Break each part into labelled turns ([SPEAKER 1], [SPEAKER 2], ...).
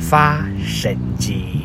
[SPEAKER 1] 发神经。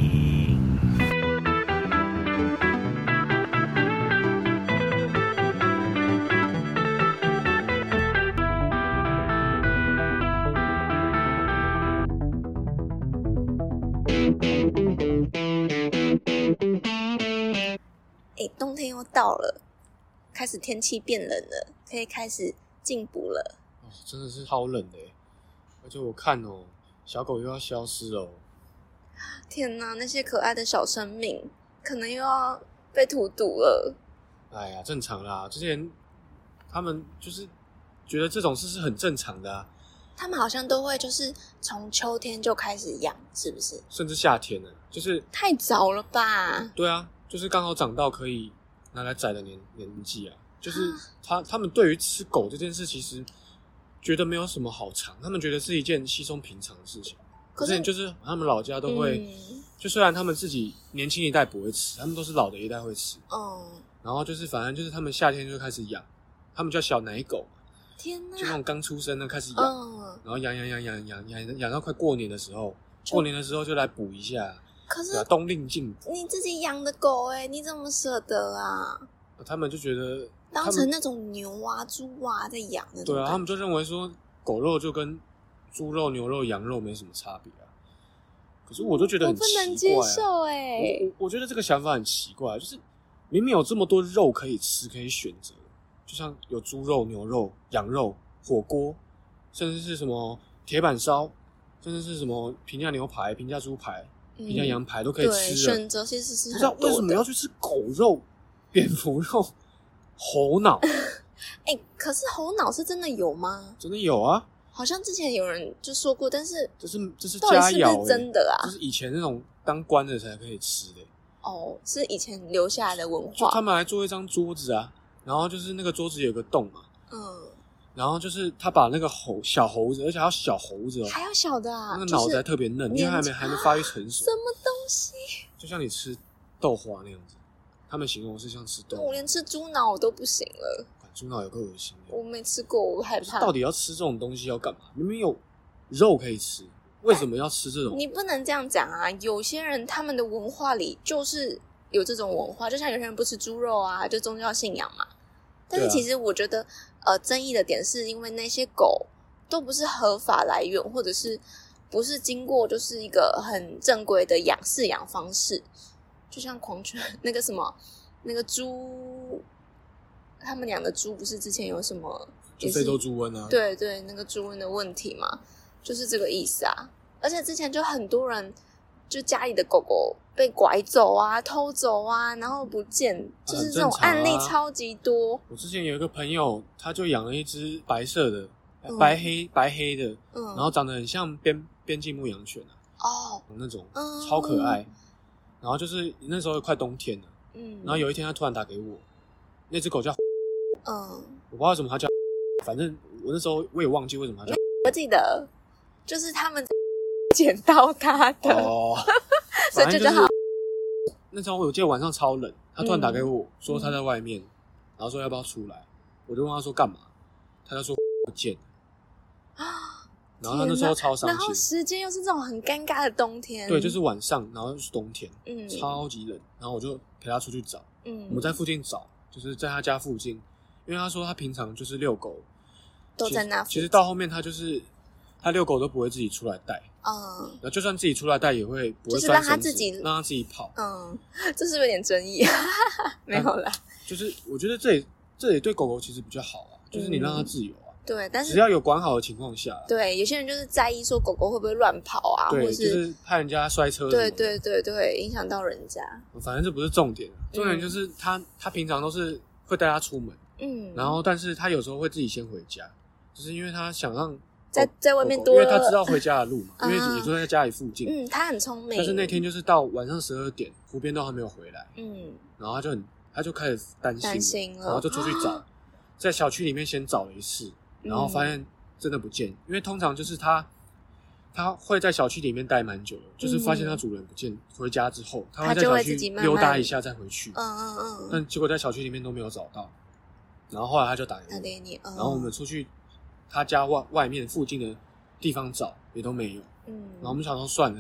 [SPEAKER 2] 冬天又到了，开始天气变冷了，可以开始进补了。
[SPEAKER 3] 真的是超冷的耶，而且我看小狗又要消失了。
[SPEAKER 2] 天哪，那些可爱的小生命可能又要被荼毒了。
[SPEAKER 3] 哎呀，正常啦，之前他们就是觉得这种事是很正常的啊。
[SPEAKER 2] 他们好像都会就是从秋天就开始养，是不是？
[SPEAKER 3] 甚至夏天呢，就是
[SPEAKER 2] 太早了吧？
[SPEAKER 3] 对啊，就是刚好长到可以拿来宰的年纪啊。就是他们对于吃狗这件事，其实觉得没有什么好尝，他们觉得是一件稀松平常的事情。可是就是他们老家都会，就虽然他们自己年轻一代不会吃，他们都是老的一代会吃。然后就是反正就是他们夏天就开始养，他们叫小奶狗。
[SPEAKER 2] 天哪！
[SPEAKER 3] 就那种刚出生的开始养，然后养到快过年的时候，就来补一下。
[SPEAKER 2] 可是
[SPEAKER 3] 冬令进补，
[SPEAKER 2] 你自己养的狗你怎么舍得啊？
[SPEAKER 3] 他们就觉得
[SPEAKER 2] 当成那种牛啊、猪啊在养那种。
[SPEAKER 3] 对啊，他们就认为说狗肉就跟猪肉、牛肉、羊肉没什么差别啊。可是我就觉得很奇怪，
[SPEAKER 2] 我不能接受
[SPEAKER 3] 我觉得这个想法很奇怪，就是明明有这么多肉可以吃，可以选择。就像有猪肉、牛肉、羊肉、火锅，甚至是什么铁板烧，甚至是什么平价牛排、平价猪排、平价羊排都可以吃的。
[SPEAKER 2] 对，选择其实是很多的。
[SPEAKER 3] 不知道为什么要去吃狗肉、蝙蝠肉、猴脑？
[SPEAKER 2] 可是猴脑是真的有吗？
[SPEAKER 3] 真的有啊，
[SPEAKER 2] 好像之前有人就说过，但是
[SPEAKER 3] 这是
[SPEAKER 2] 到底
[SPEAKER 3] 佳肴，
[SPEAKER 2] 是不是真的啊？
[SPEAKER 3] 就是以前那种当官的才可以吃的。
[SPEAKER 2] 是以前留下来的文化。
[SPEAKER 3] 就他们还做一张桌子啊。然后就是那个桌子有个洞嘛，然后就是他把那个小猴子，而且还有小猴子
[SPEAKER 2] 还有小的啊，
[SPEAKER 3] 那个脑子还特别嫩，因为还没发育成熟。
[SPEAKER 2] 什么东西？
[SPEAKER 3] 就像你吃豆花那样子，他们形容是像吃豆花。
[SPEAKER 2] 我连吃猪脑我都不行了，
[SPEAKER 3] 猪脑有够恶心的。
[SPEAKER 2] 我没吃过，我害怕。
[SPEAKER 3] 到底要吃这种东西要干嘛？明明有肉可以吃，为什么要吃这种？
[SPEAKER 2] 你不能这样讲啊！有些人他们的文化里就是有这种文化，就像有些人不吃猪肉啊，就宗教信仰嘛。但是其实我觉得，争议的点是因为那些狗都不是合法来源，或者是不是经过就是一个很正规的饲养方式。就像狂犬那个什么那个猪，他们养的猪不是之前有什么
[SPEAKER 3] 就非洲猪瘟啊？
[SPEAKER 2] 对对，那个猪瘟的问题嘛，就是这个意思啊。而且之前就很多人。就家里的狗狗被拐走啊、偷走啊，然后不见，就是这种案例超级多。
[SPEAKER 3] 我之前有一个朋友，他就养了一只白色的、白黑的，然后长得很像边境牧羊犬那种超可爱。然后就是那时候快冬天了，然后有一天他突然打给我，那只狗叫我不知道为什么他叫，反正我那时候我也忘记为什么他叫。
[SPEAKER 2] 我记得就是他们。捡到他的所以就叫好。
[SPEAKER 3] 那时候我记得晚上超冷，他突然打给我说他在外面，然后说要不要出来，我就问他说干嘛，他就说不见了。然后他那时候超伤心，
[SPEAKER 2] 然后时间又是这种很尴尬的冬天，
[SPEAKER 3] 对，就是晚上，然后又是冬天，超级冷，然后我就陪他出去找，我们在附近找，就是在他家附近，因为他说他平常就是遛狗
[SPEAKER 2] 都在那附近，
[SPEAKER 3] 其实到后面他就是他遛狗都不会自己出来带。那就算自己出来带也会不会拴绳子，就是让他自己跑。
[SPEAKER 2] 这是不是有点争议？没有啦，
[SPEAKER 3] 就是我觉得这也对狗狗其实比较好啊，就是你让它自由啊。
[SPEAKER 2] 对，但是
[SPEAKER 3] 只要有管好的情况下。
[SPEAKER 2] 对，有些人就是在意说狗狗会不会乱跑啊，
[SPEAKER 3] 对，
[SPEAKER 2] 或是
[SPEAKER 3] 就是怕人家摔车。
[SPEAKER 2] 对，影响到人家。
[SPEAKER 3] 反正这不是重点，重点就是他平常都是会带它出门，然后但是他有时候会自己先回家，就是因为他想让。
[SPEAKER 2] 在外面多
[SPEAKER 3] 因为他知道回家的路嘛，因为也就在家里附近。
[SPEAKER 2] 他很聪明。
[SPEAKER 3] 但是那天就是到晚上12点，湖边都还没有回来。然后他就开始担心了，然后就出去找，在小区里面先找了一次，然后发现真的不见。因为通常就是他会在小区里面待蛮久的，就是发现他主人不见，回家之后他会在小区溜达一下再回去。但结果在小区里面都没有找到，然后后来他就打给你，然后我们出去。他家外面附近的地方找也都没有，然后我们想说算了，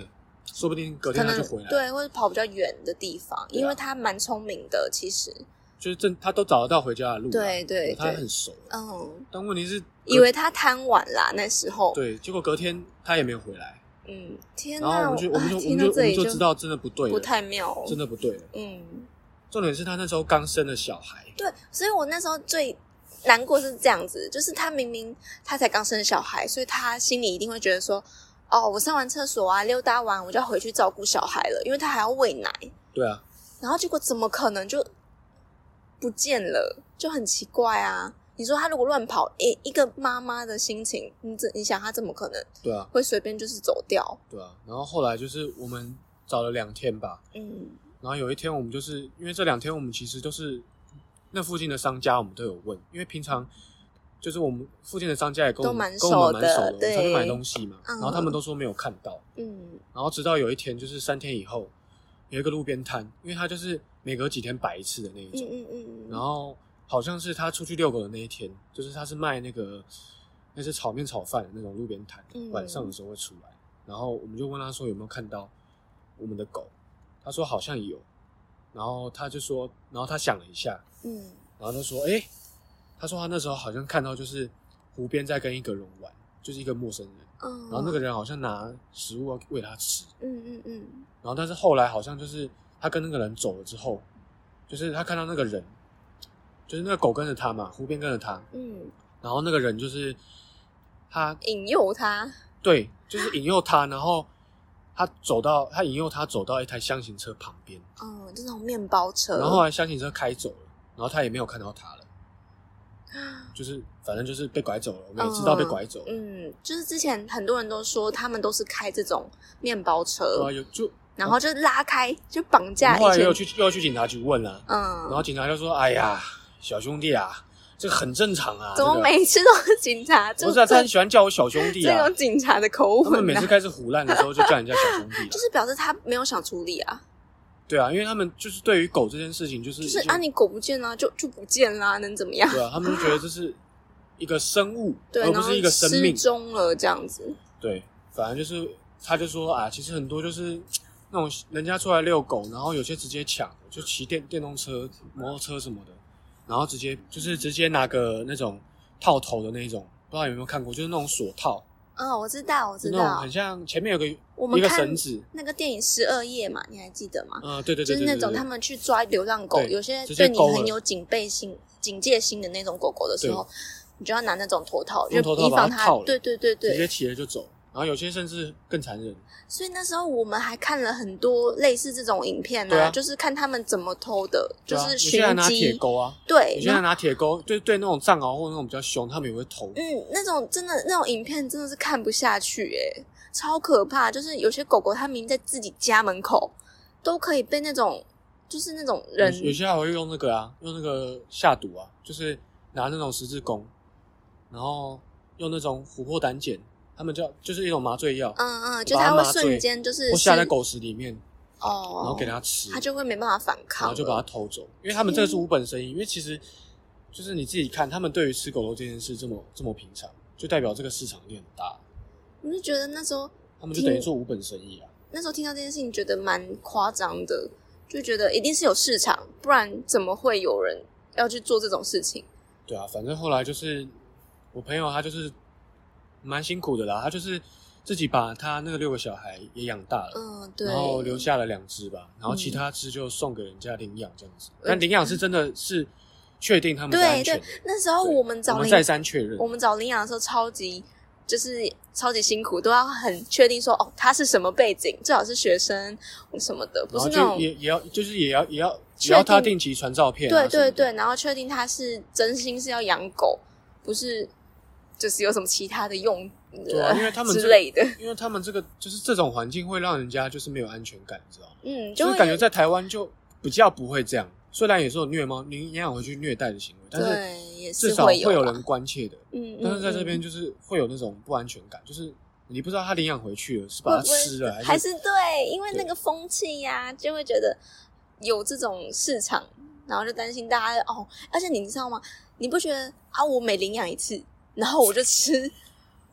[SPEAKER 3] 说不定隔天他就回来，
[SPEAKER 2] 对，或者跑比较远的地方，因为他蛮聪明的，其实
[SPEAKER 3] 就是他都找得到回家的路，
[SPEAKER 2] 对，
[SPEAKER 3] 他很熟，但问题是
[SPEAKER 2] 以为他贪玩啦那时候，
[SPEAKER 3] 对，结果隔天他也没有回来，
[SPEAKER 2] 天哪，
[SPEAKER 3] 然后我们就知道真的不对了，
[SPEAKER 2] 不太妙，
[SPEAKER 3] 真的不对了，重点是他那时候刚生了小孩，
[SPEAKER 2] 对，所以我那时候最难过是这样子，就是他明明他才刚生小孩，所以他心里一定会觉得说，哦，我上完厕所啊，溜达完我就要回去照顾小孩了，因为他还要喂奶。
[SPEAKER 3] 对啊，
[SPEAKER 2] 然后结果怎么可能就不见了，就很奇怪啊。你说他如果乱跑，一个妈妈的心情，你想他怎么可能
[SPEAKER 3] 对啊会
[SPEAKER 2] 随便就是走掉？
[SPEAKER 3] 对啊，然后后来就是我们找了2天吧，然后有一天我们就是因为这2天我们其实都是那附近的商家我们都有问，因为平常就是我们附近的商家也跟我们蛮熟的，我们常去买东西嘛，然后他们都说没有看到，然后直到有一天就是3天以后有一个路边摊，因为他就是每隔几天摆一次的那一种，然后好像是他出去遛狗的那一天，就是他是卖那是炒面炒饭的那种路边摊，晚上的时候会出来，然后我们就问他说有没有看到我们的狗，他说好像有，然后他就说，然后他想了一下，然后他说他说他那时候好像看到就是湖边在跟一个人玩，就是一个陌生人，然后那个人好像拿食物要喂他吃，然后但是后来好像就是他跟那个人走了之后，就是他看到那个人，就是那个狗跟着他嘛，湖边跟着他，然后那个人就是他
[SPEAKER 2] 引诱他，
[SPEAKER 3] 对，就是引诱他，然后他引诱他走到一台厢型车旁边，
[SPEAKER 2] 这种面包车，
[SPEAKER 3] 然后后来厢型车开走了，然后他也没有看到他了，就是反正就是被拐走了，我们也知道被拐走了，
[SPEAKER 2] 就是之前很多人都说他们都是开这种面包车，
[SPEAKER 3] 对啊，
[SPEAKER 2] 然后就拉开就绑架，
[SPEAKER 3] 后来又要去警察局问了，然后警察就说：“哎呀，小兄弟啊，这个很正常啊。”
[SPEAKER 2] 怎么每次都是警察？
[SPEAKER 3] 不是啊，他很喜欢叫我小兄弟啊，
[SPEAKER 2] 这种警察的口吻，
[SPEAKER 3] 他们每次开始唬烂的时候就叫人家小兄弟，
[SPEAKER 2] 就是表示他没有想处理啊。
[SPEAKER 3] 对啊，因为他们就是对于狗这件事情，就是
[SPEAKER 2] 你狗不见啦，就不见啦，能怎么样？
[SPEAKER 3] 对啊，他们就觉得这是一个生物，
[SPEAKER 2] 对，
[SPEAKER 3] 而不是一个生命，
[SPEAKER 2] 失踪了这样子。
[SPEAKER 3] 对，反正就是他就说啊，其实很多就是那种人家出来遛狗，然后有些直接抢，就骑电动车、摩托车什么的，然后直接拿个那种套头的那种，不知道有没有看过，就是那种锁套。
[SPEAKER 2] 我知道，
[SPEAKER 3] 那种很像前面有一个绳子。
[SPEAKER 2] 那个电影12夜嘛，你还记得吗？
[SPEAKER 3] 对，
[SPEAKER 2] 就是那种他们去抓流浪狗，有些对你很有警戒心的那种狗狗的时候，你就要拿那种头套，就以防它。对，
[SPEAKER 3] 直接骑了就走。然后有些甚至更残忍，
[SPEAKER 2] 所以那时候我们还看了很多类似这种影片
[SPEAKER 3] 啊，
[SPEAKER 2] 就是看他们怎么偷的，就是寻机。
[SPEAKER 3] 有些人拿铁钩啊，
[SPEAKER 2] 对，
[SPEAKER 3] 有些人拿铁钩，对那种藏獒或那种比较凶，他们也会偷。
[SPEAKER 2] 那种真的那种影片真的是看不下去超可怕。就是有些狗狗它明明在自己家门口都可以被那种就是那种人，
[SPEAKER 3] 有些还会用那个下毒啊，就是拿那种十字弓，然后用那种琥珀胆碱。他们就是一种麻醉药，
[SPEAKER 2] 就它会瞬间就是
[SPEAKER 3] 或下在狗食里面，然后给它吃，
[SPEAKER 2] 它就会没办法反抗，
[SPEAKER 3] 然后就把它偷走。因为他们这个是无本生意，因为其实就是你自己看，他们对于吃狗肉这件事这么平常，就代表这个市场一定很大。
[SPEAKER 2] 我就觉得那时候
[SPEAKER 3] 他们就等于做无本生意啊。
[SPEAKER 2] 那时候听到这件事情，觉得蛮夸张的，就觉得一定是有市场，不然怎么会有人要去做这种事情？
[SPEAKER 3] 对啊，反正后来就是我朋友他就是蛮辛苦的啦，他就是自己把他那个6个小孩也养大了，
[SPEAKER 2] 对，
[SPEAKER 3] 然后留下了2只吧，然后其他只就送给人家领养这样子。但领养是真的是确定他们是安全的。
[SPEAKER 2] 对，那时候我们
[SPEAKER 3] 再三确认，
[SPEAKER 2] 我们找领养的时候超级辛苦，都要很确定说他是什么背景，最好是学生什么的，不是那种
[SPEAKER 3] 也要他定期传照片，
[SPEAKER 2] 对，然后确定他是真心是要养狗，不是就是有什么其他的用
[SPEAKER 3] 对因为他们
[SPEAKER 2] 之类的，
[SPEAKER 3] 因为他们这个就是这种环境会让人家就是没有安全感，你知道吗？
[SPEAKER 2] 就是
[SPEAKER 3] 感觉在台湾就比较不会这样，虽然也是有虐猫领养回去虐待的行为，但是至少会有人关切的。但是在这边就是会有那种不安全感，就是你不知道他领养回去了是把它吃了
[SPEAKER 2] 还是对，因为那个风气呀，就会觉得有这种市场，然后就担心大家而且你知道吗？你不觉得我每领养一次，然后我就吃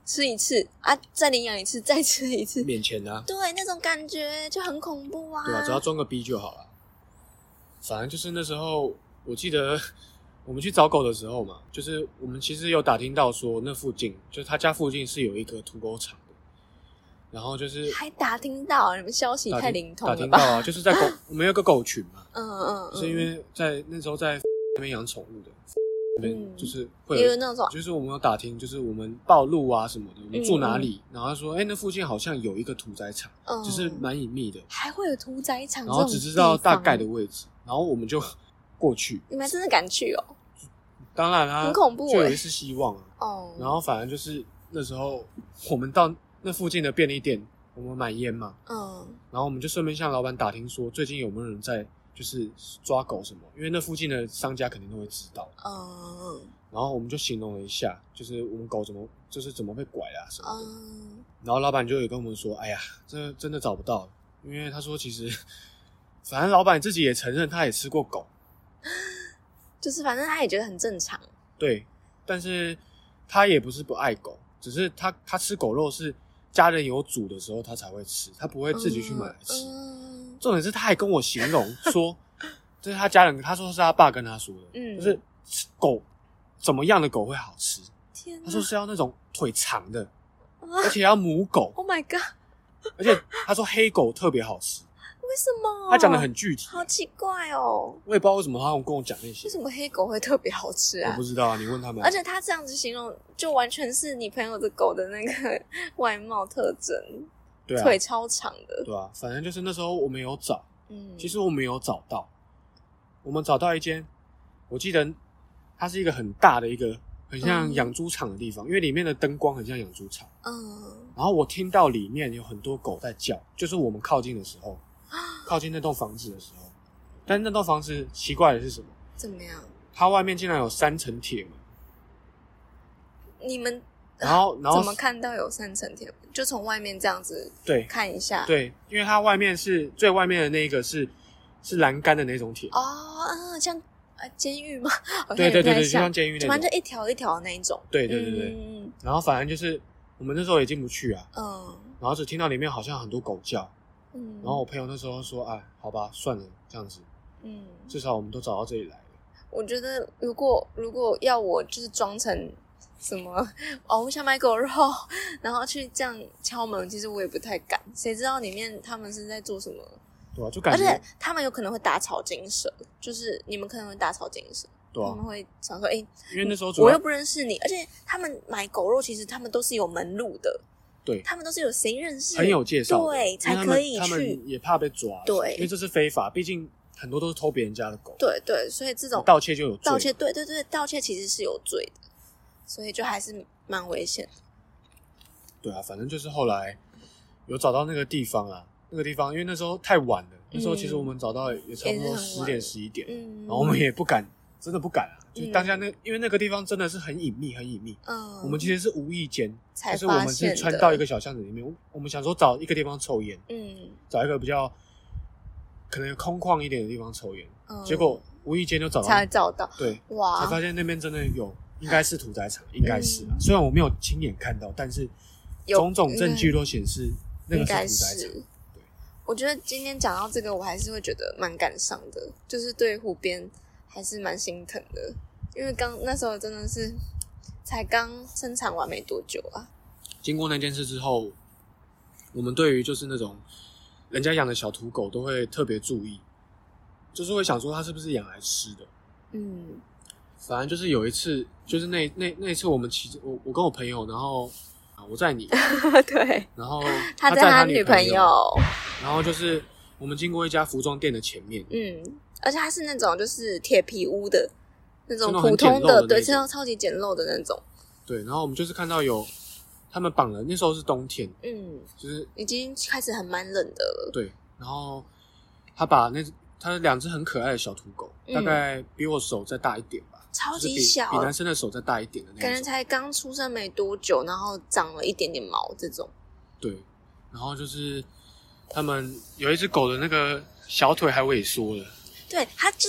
[SPEAKER 2] 吃一次啊，再领养一次，再吃一次，
[SPEAKER 3] 免钱啊。
[SPEAKER 2] 对，那种感觉就很恐怖啊。
[SPEAKER 3] 对啊，只要装个逼就好了。反正就是那时候，我记得我们去找狗的时候嘛，就是我们其实有打听到说，那附近就是他家附近是有一个土狗场的，然后就是
[SPEAKER 2] 还打听到，你们消息太灵通了吧？
[SPEAKER 3] 打听到啊，就是在我们有个狗群嘛，
[SPEAKER 2] 是
[SPEAKER 3] 因为在那时候在那边养宠物的。那边就是会
[SPEAKER 2] 有那种，
[SPEAKER 3] 就是我们有打听，就是我们报路啊什么的，我们住哪里，然后他说，那附近好像有一个屠宰场，就是蛮隐秘的，
[SPEAKER 2] 还会有屠宰场，
[SPEAKER 3] 然后只知道大概的位置，然后我们就过去。
[SPEAKER 2] 你们真的敢去哦？
[SPEAKER 3] 当然啦，
[SPEAKER 2] 很恐怖，
[SPEAKER 3] 就有一丝希望啊。然后反正就是那时候我们到那附近的便利店，我们买烟嘛，然后我们就顺便向老板打听说，最近有没有人在。就是抓狗什么，因为那附近的商家肯定都会知道。然后我们就形容了一下，就是我们狗怎么被拐啊什么的。然后老板就有跟我们说：“哎呀，这真的找不到，因为他说其实，反正老板自己也承认他也吃过狗，
[SPEAKER 2] 就是反正他也觉得很正常。
[SPEAKER 3] 对，但是他也不是不爱狗，只是他吃狗肉是家人有煮的时候他才会吃，他不会自己去买来吃。”重点是他还跟我形容说，这是他家人，他说是他爸跟他说的，就是狗怎么样的狗会好吃？他说是要那种腿长的，而且要母狗。
[SPEAKER 2] Oh my god！
[SPEAKER 3] 而且他说黑狗特别好吃。
[SPEAKER 2] 为什么？
[SPEAKER 3] 他讲得很具体，
[SPEAKER 2] 好奇怪哦。
[SPEAKER 3] 我也不知道为什么他跟我讲那些。
[SPEAKER 2] 为什么黑狗会特别好吃啊？
[SPEAKER 3] 我不知道啊，你问他们。
[SPEAKER 2] 而且他这样子形容，就完全是你朋友的狗的那个外貌特征。对啊，腿超长的，
[SPEAKER 3] 对啊，反正就是那时候我们有找，其实我们有找到，我们找到一间，我记得它是一个很大的一个很像养猪场的地方，因为里面的灯光很像养猪场，然后我听到里面有很多狗在叫，就是我们靠近的时候，靠近那栋房子的时候，但是那栋房子奇怪的是什么？
[SPEAKER 2] 怎么样？
[SPEAKER 3] 它外面竟然有3层铁门，
[SPEAKER 2] 你们。
[SPEAKER 3] 然后
[SPEAKER 2] 怎么看到有3层铁门？就从外面这样子看一下。
[SPEAKER 3] 对，因为它外面是最外面的那个是栏杆的那种铁。
[SPEAKER 2] 像监狱吗？
[SPEAKER 3] 对，就像监狱那种，
[SPEAKER 2] 反正就一条一条的那一种。
[SPEAKER 3] 对。然后反正就是我们那时候也进不去啊。然后只听到里面好像很多狗叫。然后我朋友那时候说：“哎，好吧，算了，这样子。至少我们都找到这里来了。”
[SPEAKER 2] 我觉得如果要我就是装成。什么我想买狗肉，然后去这样敲门，其实我也不太敢。谁知道里面他们是在做什么？
[SPEAKER 3] 对啊，就感觉，
[SPEAKER 2] 而且他们有可能会打草惊蛇，就是你们可能会打草惊蛇，
[SPEAKER 3] 对啊，
[SPEAKER 2] 他们会想说，因
[SPEAKER 3] 为那时候
[SPEAKER 2] 我又不认识你，而且他们买狗肉，其实他们都是有门路的，
[SPEAKER 3] 对，
[SPEAKER 2] 他们都是有谁认识，
[SPEAKER 3] 很有介绍，
[SPEAKER 2] 对，才可以去。
[SPEAKER 3] 他们也怕被抓，
[SPEAKER 2] 对，
[SPEAKER 3] 因为这是非法，毕竟很多都是偷别人家的狗，
[SPEAKER 2] 对，所以这种
[SPEAKER 3] 盗窃就有罪，
[SPEAKER 2] 盗窃，对，盗窃其实是有罪的。所以就还是蛮危险的。
[SPEAKER 3] 对啊，反正就是后来有找到那个地方啊，那个地方因为那时候太晚了，那时候其实我们找到也差不多10点11点，然后我们也不敢，真的不敢啊。就当下因为那个地方真的是很隐秘，很隐秘。我们其实是无意间，就是我们是穿到一个小巷子里面，我们想说找一个地方抽烟，找一个比较可能空旷一点的地方抽烟，结果无意间就找到，
[SPEAKER 2] 才找到，
[SPEAKER 3] 对，
[SPEAKER 2] 哇，
[SPEAKER 3] 才发现那边真的有。应该是屠宰场，应该是啊。虽然我没有亲眼看到，但是种种证据都显示那个是屠宰场。对，
[SPEAKER 2] 我觉得今天讲到这个，我还是会觉得蛮感伤的，就是对湖边还是蛮心疼的，因为那时候真的是才刚生产完没多久啊。
[SPEAKER 3] 经过那件事之后，我们对于就是那种人家养的小土狗都会特别注意，就是会想说它是不是养来吃的。反正就是有一次，就是那一次我们我跟我朋友，然后我载你，
[SPEAKER 2] 对，
[SPEAKER 3] 然后
[SPEAKER 2] 他载他女朋友，
[SPEAKER 3] 然后就是我们经过一家服装店的前面，
[SPEAKER 2] 而且它是那种就是铁皮屋的那种普通的，对，是超级简陋的那种，
[SPEAKER 3] 对，然后我们就是看到有他们绑了，那时候是冬天，就是
[SPEAKER 2] 已经开始蛮冷的了，
[SPEAKER 3] 对，然后他把他2只很可爱的小土狗，大概比我手再大一点吧。
[SPEAKER 2] 超级小，
[SPEAKER 3] 比男生的手再大一点的那种，
[SPEAKER 2] 感觉才刚出生没多久，然后长了一点点毛这种。
[SPEAKER 3] 对，然后就是他们有一只狗的那个小腿还萎缩了。
[SPEAKER 2] 对，它就是它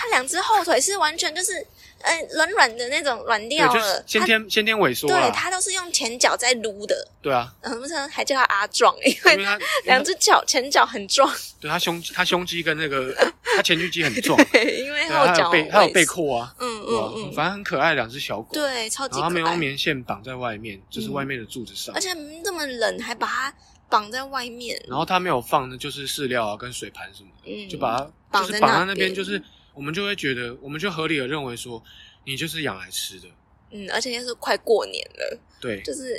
[SPEAKER 2] 它2只后腿是完全就是软软的那种软掉了，
[SPEAKER 3] 就是先天萎缩啦。
[SPEAKER 2] 对，它都是用前脚在撸的。
[SPEAKER 3] 对啊，
[SPEAKER 2] 不是还叫它阿壮，因为它2只前脚很壮。
[SPEAKER 3] 对，它胸肌跟那个它前锯肌很壮，
[SPEAKER 2] 对，因为后脚
[SPEAKER 3] 它有背阔啊，反正很可爱的2只小狗，
[SPEAKER 2] 对，超级可爱。
[SPEAKER 3] 然后它们用棉线绑在外面，就是外面的柱子上，
[SPEAKER 2] 而且这么冷还把它绑在外面，
[SPEAKER 3] 然后它没有放的就是饲料啊跟水盘什么的，就把它就是
[SPEAKER 2] 绑
[SPEAKER 3] 在那边，就是我们就会觉得，我们就合理的认为说，你就是养来吃的。
[SPEAKER 2] 而且是快过年了，
[SPEAKER 3] 对，
[SPEAKER 2] 就是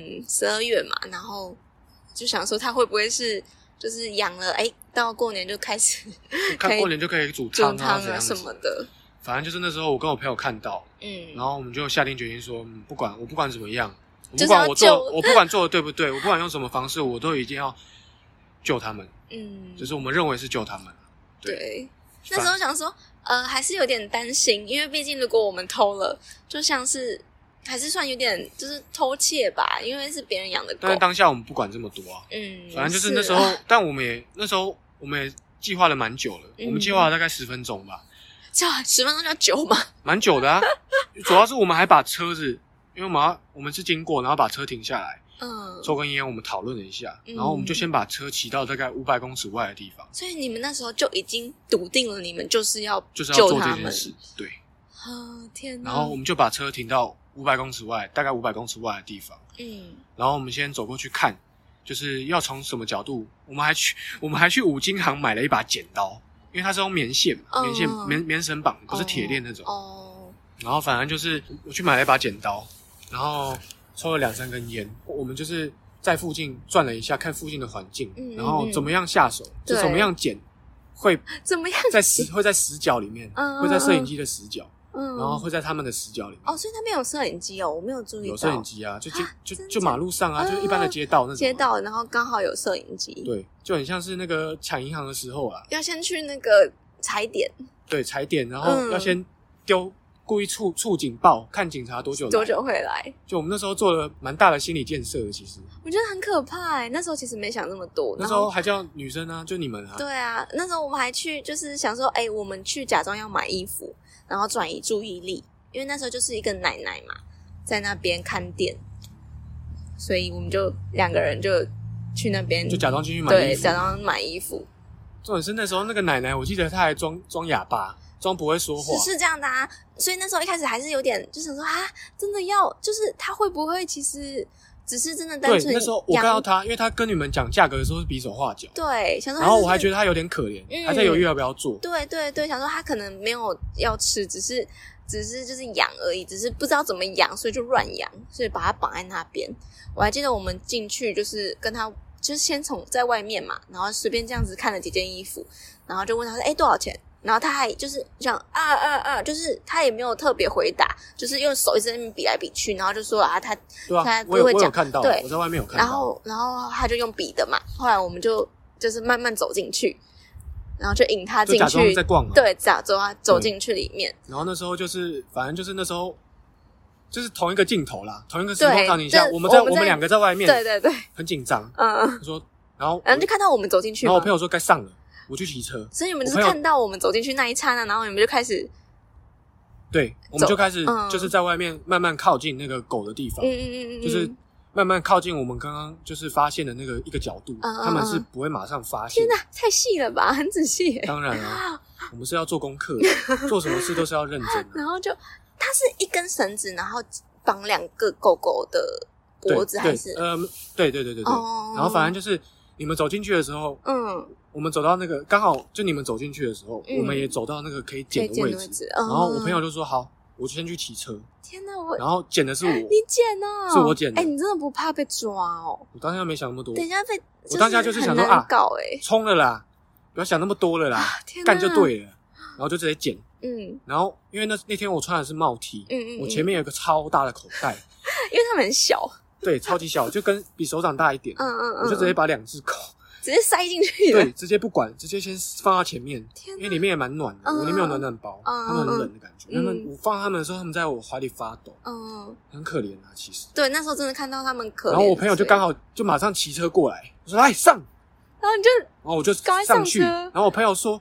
[SPEAKER 2] 12月嘛，然后就想说它会不会是就是养了到过年就开始
[SPEAKER 3] 看过年就可以煮汤啊
[SPEAKER 2] 什么的。
[SPEAKER 3] 反正就是那时候我跟我朋友看到，然后我们就下定决心说，我不管怎么样，我不管做的对不对，我不管用什么方式，我都一定要救他们。就是我们认为是救他们。对，
[SPEAKER 2] 那时候想说，还是有点担心，因为毕竟如果我们偷了，就像是还是算有点就是偷窃吧，因为是别人养的狗。
[SPEAKER 3] 但是当下我们不管这么多啊，反正就是那时候，但那时候我们也计划了蛮久了，我们计划了大概10分钟吧。
[SPEAKER 2] 10分钟叫久吗？
[SPEAKER 3] 蛮久的啊，主要是我们还把车子，因为我们是经过，然后把车停下来，周跟燕我们讨论了一下，然后我们就先把车骑到大概500公尺外的地方。
[SPEAKER 2] 所以你们那时候就已经笃定了，你们就是要
[SPEAKER 3] 做这件事，对。
[SPEAKER 2] 天哪！
[SPEAKER 3] 然后我们就把车停到500公尺外，大概500公尺外的地方。然后我们先走过去看，就是要从什么角度。我们还去五金行买了一把剪刀。因为它是用棉线嘛，棉绳绑，不是铁链那种。然后反正就是我去买了一把剪刀，然后抽了2-3根烟。我们就是在附近转了一下，看附近的环境，然后怎么样下手，就怎么样剪，会
[SPEAKER 2] 怎么样
[SPEAKER 3] 会在死角里面，会在摄影机的死角，然后会在他们的死角里面。
[SPEAKER 2] 所以那边有摄影机哦，我没有注意到。
[SPEAKER 3] 有摄影机啊，就马路上啊，就是一般的街道那种。
[SPEAKER 2] 街道，然后刚好有摄影机。
[SPEAKER 3] 对，就很像是那个抢银行的时候啊，
[SPEAKER 2] 要先去那个踩点。
[SPEAKER 3] 对，踩点，然后要先故意触警报，看警察多久
[SPEAKER 2] 会来。
[SPEAKER 3] 就我们那时候做了蛮大的心理建设的，其实
[SPEAKER 2] 我觉得很可怕那时候其实没想那么多，
[SPEAKER 3] 那时候还叫女生啊，就你们啊。
[SPEAKER 2] 对啊，那时候我们还去就是想说我们去假装要买衣服，然后转移注意力，因为那时候就是一个奶奶嘛在那边看店，所以我们就2个人就去那边，
[SPEAKER 3] 就假装进去买衣服。
[SPEAKER 2] 对，假装买衣服。
[SPEAKER 3] 重点是那时候那个奶奶，我记得她还装哑巴，装不会说话。
[SPEAKER 2] 是这样的啊，所以那时候一开始还是有点就想说真的要就是她会不会其实只是真的单纯。
[SPEAKER 3] 对，那时候我看到她，因为她跟你们讲价格的时候是比手画脚。
[SPEAKER 2] 对，想说
[SPEAKER 3] 然后我还觉得她有点可怜，还在犹豫要不要做。
[SPEAKER 2] 对对对，想说她可能没有要吃，只是就是养而已，只是不知道怎么养，所以就乱养，所以把它绑在那边。我还记得我们进去就是跟她。就是先从在外面嘛，然后随便这样子看了几件衣服，然后就问他说多少钱，然后他还就是想就是他也没有特别回答，就是用手一直在那边比来比去，然后就说他不会讲。
[SPEAKER 3] 我有看到，
[SPEAKER 2] 对，
[SPEAKER 3] 我在外面有看到。
[SPEAKER 2] 然后他就用比的嘛，后来我们就是慢慢走进去，然后就引他进去，
[SPEAKER 3] 就假装在逛
[SPEAKER 2] 对，走进去里面。
[SPEAKER 3] 然后那时候就是反正就是那时候就是同一个镜头啦，同一个时空场景下，我们2个在外面，
[SPEAKER 2] 对对对，很
[SPEAKER 3] 紧张。说，然后
[SPEAKER 2] 就看到我们走进去，
[SPEAKER 3] 然后我朋友说该上了，我去骑车。
[SPEAKER 2] 所以你们就是看到我们走进去那一刹那，然后你们就开始，
[SPEAKER 3] 对，我们就开始就是在外面慢慢靠近那个狗的地方，就是慢慢靠近我们刚刚就是发现的那个一个角度，他们是不会马上发现。
[SPEAKER 2] 天哪，太细了吧，很仔细耶。
[SPEAKER 3] 当然啊，我们是要做功课的，做什么事都是要认真的。
[SPEAKER 2] 然后就。它是一根绳子，然后绑2个狗狗的脖子，还是
[SPEAKER 3] 对。然后反正就是你们走进去的时候，我们走到那个刚好就你们走进去的时候，我们也走到那个可以捡的位置。然后我朋友就说：“好，我就先去骑车。”
[SPEAKER 2] 天哪，
[SPEAKER 3] 然后捡的是我，
[SPEAKER 2] 你捡哦，
[SPEAKER 3] 是我捡的。
[SPEAKER 2] 你真的不怕被抓哦？
[SPEAKER 3] 我当下没想那么多，
[SPEAKER 2] 等一下
[SPEAKER 3] 我当下就是想说冲了啦，不要想那么多了啦，干就对了，然后就直接捡。然后因为那天我穿的是帽 T，我前面有一个超大的口袋，
[SPEAKER 2] 因为它们很小，
[SPEAKER 3] 对，超级小，就跟比手掌大一点，我就直接把2只狗
[SPEAKER 2] 直接塞进去了，
[SPEAKER 3] 对，直接不管，直接先放到前面，因为里面也蛮暖的，我里面有暖暖包，他们很冷的感觉，我放他们的时候，他们在我怀里发抖，很可怜啊，其实，
[SPEAKER 2] 对，那时候真的看到他们可怜，
[SPEAKER 3] 然后我朋友就刚好就马上骑车过来，我说来上，
[SPEAKER 2] 然后
[SPEAKER 3] 我就上去，然后我朋友说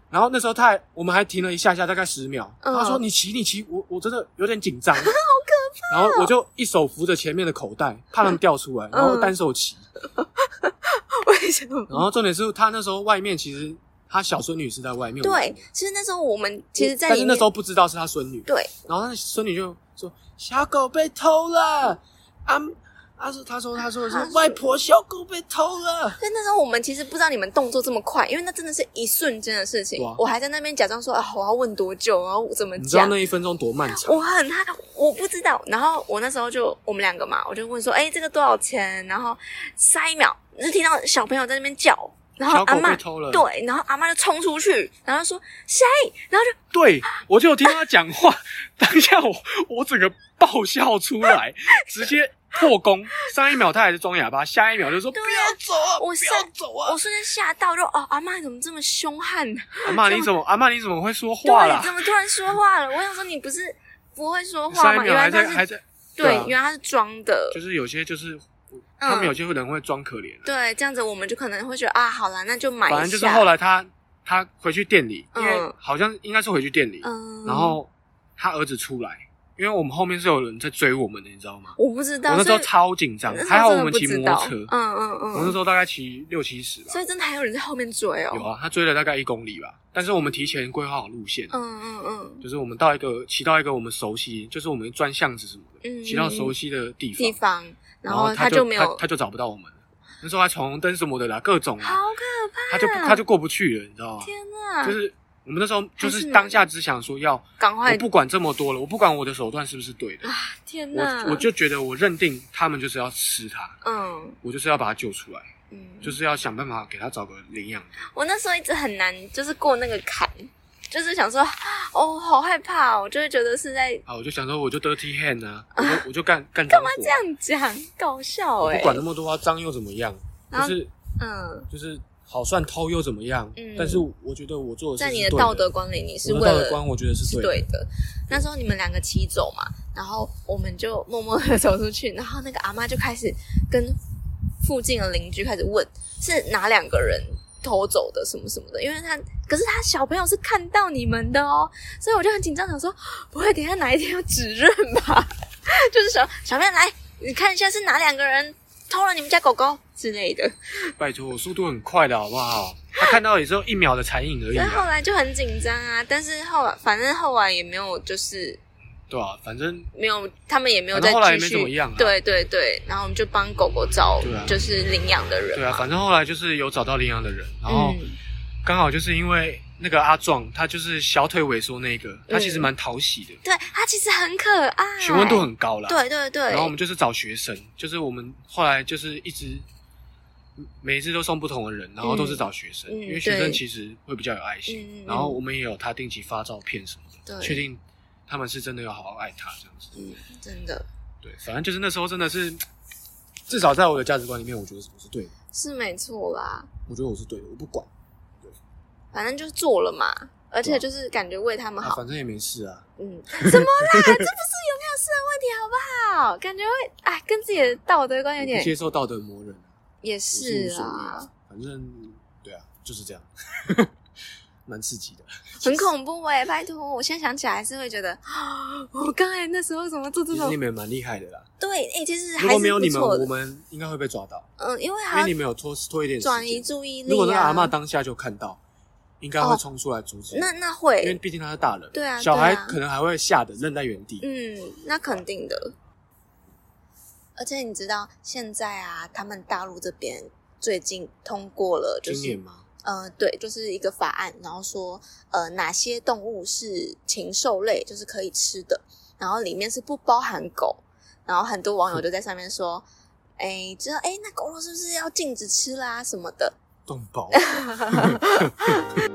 [SPEAKER 3] 然后那时候我们还停了一下，大概10秒。他说：“你骑，我真的有点紧张，好可
[SPEAKER 2] 怕。”
[SPEAKER 3] 然后我就一手扶着前面的口袋，怕他们掉出来，然后单手骑。
[SPEAKER 2] 为什么？
[SPEAKER 3] 然后重点是他那时候外面其实他小孙女是在外面。
[SPEAKER 2] 对，其实那时候我们其实在里面，
[SPEAKER 3] 但是那时候不知道是他孙女。
[SPEAKER 2] 对。
[SPEAKER 3] 然后那孙女就说：“小狗被偷了。”他说是外婆小狗被偷了。
[SPEAKER 2] 所以那时候我们其实不知道你们动作这么快，因为那真的是一瞬间的事情。我还在那边假装说我要问多久，然后怎么讲？
[SPEAKER 3] 你知道那1分钟多漫长？
[SPEAKER 2] 我不知道。然后我那时候我们2个嘛，我就问说：“这个多少钱？”然后下一秒就听到小朋友在那边叫，然后阿嬷对，然后阿嬷就冲出去，然后说谁？然后就
[SPEAKER 3] 对，我就有听到他讲话，当下我整个爆笑出来，直接破功。上一秒他还是装哑巴，下一秒就说不要走啊，不要走啊！
[SPEAKER 2] 我瞬间吓到，就阿嬷你怎么这么凶悍？
[SPEAKER 3] 阿嬷你怎么会说话啦？
[SPEAKER 2] 对，怎么突然说话了？我想说你不是不会说话吗？
[SPEAKER 3] 上一秒还在
[SPEAKER 2] 对，原来他是装的。
[SPEAKER 3] 就是有些就是他们有些人会装可怜。
[SPEAKER 2] 对，这样子我们就可能会觉得好啦，那就买一下。
[SPEAKER 3] 反正就是后来他回去店里，因为好像应该是回去店里，然后他儿子出来。因为我们后面是有人在追我们的，你知道吗？
[SPEAKER 2] 我不知道，
[SPEAKER 3] 我那时候超紧张，还好我们骑摩托车，我那时候大概骑60-70吧，
[SPEAKER 2] 所以真的还有人在后面追哦。
[SPEAKER 3] 有啊，他追了大概1公里吧，但是我们提前规划好路线，就是我们骑到一个我们熟悉，就是我们钻巷子什么的，骑到熟悉的地方，
[SPEAKER 2] 然后他就没有，
[SPEAKER 3] 他就找不到我们了。那时候还闯红灯什么的啦，各种，
[SPEAKER 2] 好可怕，
[SPEAKER 3] 他就过不去了，你知道吗？
[SPEAKER 2] 天哪，
[SPEAKER 3] 就是我们那时候就是当下只想说要
[SPEAKER 2] 赶快，
[SPEAKER 3] 我不管这么多了，我不管我的手段是不是对的，
[SPEAKER 2] 天哪，
[SPEAKER 3] 我就觉得我认定他们就是要吃它，我就是要把它救出来，就是要想办法给他找个领养的。
[SPEAKER 2] 我那时候一直很难，就是过那个坎，就是想说，好害怕哦，我就会觉得是在
[SPEAKER 3] 我就想说，我就 dirty hand 啊，我就干干
[SPEAKER 2] 嘛这样讲，搞笑
[SPEAKER 3] 不管那么多，脏又怎么样？就是好算偷又怎么样？但是我觉得我做的是
[SPEAKER 2] 在你的道德观里，你是为了
[SPEAKER 3] 道德观，我觉得是
[SPEAKER 2] 对的。那时候你们2个骑走嘛，然后我们就默默的走出去，然后那个阿嬷就开始跟附近的邻居开始问，是哪2个人偷走的什么什么的，因为可是他小朋友是看到你们的哦，所以我就很紧张，想说不会等一下哪一天要指认吧？就是小妹来，你看一下是哪2个人偷了你们家狗狗之类的。
[SPEAKER 3] 拜托，我速度很快的好不好？他看到也只有1秒的残影而已。
[SPEAKER 2] 所以后来就很紧张啊，但是反正后来也没有就是
[SPEAKER 3] 对啊，反正
[SPEAKER 2] 没有，他们也没有再继续，
[SPEAKER 3] 后来也没怎么样啊。
[SPEAKER 2] 对对对，然后我们就帮狗狗找就是领养的人。
[SPEAKER 3] 对啊，反正后来就是有找到领养的人，然后刚好就是因为那个阿壮，他就是小腿萎缩那个，他其实蛮讨喜的。
[SPEAKER 2] 对，他其实很可爱，
[SPEAKER 3] 询问度很高啦。
[SPEAKER 2] 对对对。
[SPEAKER 3] 然后我们就是找学生，就是我们后来就是一直每一次都送不同的人，然后都是找学生，因为学生其实会比较有爱心。然后我们也有他定期发照片什么的，确定他们是真的要好好爱他这样子。
[SPEAKER 2] 真的。
[SPEAKER 3] 对，反正就是那时候真的是，至少在我的价值观里面，我觉得我是对的，
[SPEAKER 2] 是没错啦。
[SPEAKER 3] 我觉得我是对的，我不管。对，
[SPEAKER 2] 反正就是做了嘛，而且就是感觉为他们好，
[SPEAKER 3] 反正也没事啊。
[SPEAKER 2] 什么啦？这不是有没有事的问题，好不好？感觉会跟自己的道德观有点
[SPEAKER 3] 不接受道德魔人。
[SPEAKER 2] 也是啊，
[SPEAKER 3] 反正对啊，就是这样，蛮刺激的，
[SPEAKER 2] 很恐怖拜托！我现在想起来还是会觉得，我刚才那时候怎么做这种？
[SPEAKER 3] 其实你们蛮厉害的啦。
[SPEAKER 2] 对，其实
[SPEAKER 3] 如果没有你们，我们应该会被抓到。
[SPEAKER 2] 因为
[SPEAKER 3] 你们有拖一点时间
[SPEAKER 2] 转移注意力。
[SPEAKER 3] 如果那个阿嬷当下就看到，应该会冲出来阻止。
[SPEAKER 2] 那会，
[SPEAKER 3] 因为毕竟他是大人，
[SPEAKER 2] 对啊，
[SPEAKER 3] 小孩可能还会吓得愣在原地。
[SPEAKER 2] 那肯定的。而且你知道，现在他们大陆这边最近通过了，就是
[SPEAKER 3] 今年吗？
[SPEAKER 2] 对，就是一个法案，然后说哪些动物是禽兽类，就是可以吃的，然后里面是不包含狗，然后很多网友就在上面说，知道那狗肉是不是要禁止吃啦什么的？
[SPEAKER 3] 动保